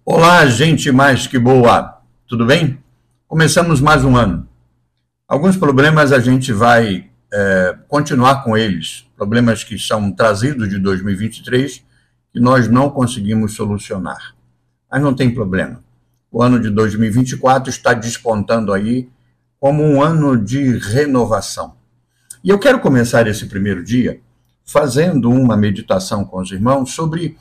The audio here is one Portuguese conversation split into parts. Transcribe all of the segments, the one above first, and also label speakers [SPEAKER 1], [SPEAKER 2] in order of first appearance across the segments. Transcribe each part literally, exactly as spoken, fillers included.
[SPEAKER 1] Olá, gente mais que boa! Tudo bem? Começamos mais um ano. Alguns problemas a gente vai é, continuar com eles, problemas que são trazidos de dois mil e vinte e três que nós não conseguimos solucionar. Mas não tem problema. O ano de dois mil e vinte e quatro está despontando aí como um ano de renovação. E eu quero começar esse primeiro dia fazendo uma meditação com os irmãos sobre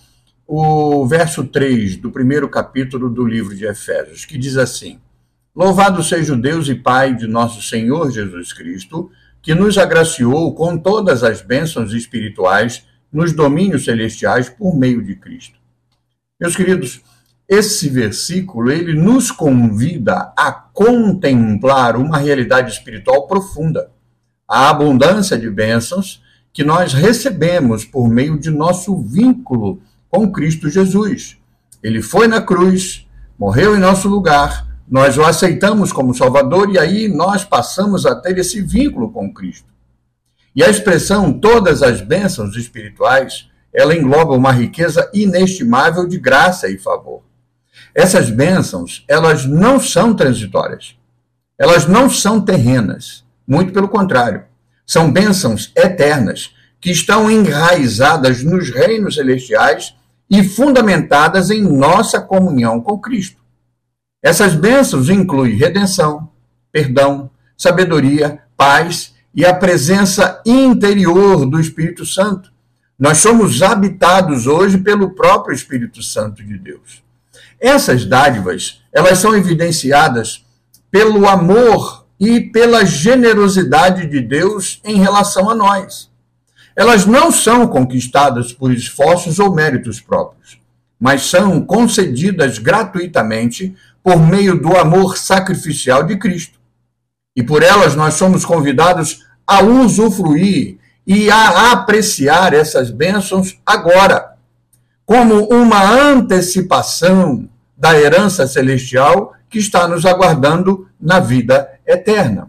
[SPEAKER 1] o verso três do primeiro capítulo do livro de Efésios, que diz assim: Louvado seja o Deus e Pai de nosso Senhor Jesus Cristo, que nos agraciou com todas as bênçãos espirituais nos domínios celestiais por meio de Cristo. Meus queridos, esse versículo, ele nos convida a contemplar uma realidade espiritual profunda, a abundância de bênçãos que nós recebemos por meio de nosso vínculo com Cristo Jesus. Ele foi na cruz, morreu em nosso lugar, nós o aceitamos como Salvador e aí nós passamos a ter esse vínculo com Cristo. E a expressão todas as bênçãos espirituais, ela engloba uma riqueza inestimável de graça e favor. Essas bênçãos, elas não são transitórias, elas não são terrenas, muito pelo contrário, são bênçãos eternas que estão enraizadas nos reinos celestiais e fundamentadas em nossa comunhão com Cristo. Essas bênçãos incluem redenção, perdão, sabedoria, paz e a presença interior do Espírito Santo. Nós somos habitados hoje pelo próprio Espírito Santo de Deus. Essas dádivas, elas são evidenciadas pelo amor e pela generosidade de Deus em relação a nós. Elas não são conquistadas por esforços ou méritos próprios, mas são concedidas gratuitamente por meio do amor sacrificial de Cristo. E por elas nós somos convidados a usufruir e a apreciar essas bênçãos agora, como uma antecipação da herança celestial que está nos aguardando na vida eterna.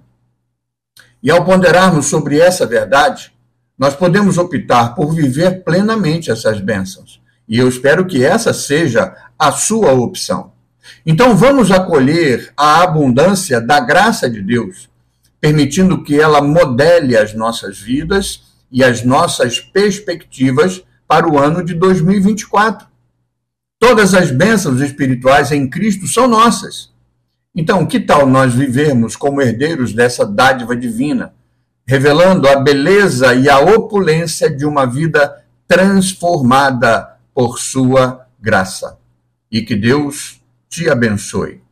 [SPEAKER 1] E ao ponderarmos sobre essa verdade, nós podemos optar por viver plenamente essas bênçãos. E eu espero que essa seja a sua opção. Então vamos acolher a abundância da graça de Deus, permitindo que ela modele as nossas vidas e as nossas perspectivas para o ano de dois mil e vinte e quatro. Todas as bênçãos espirituais em Cristo são nossas. Então, que tal nós vivermos como herdeiros dessa dádiva divina, revelando a beleza e a opulência de uma vida transformada por sua graça. E que Deus te abençoe.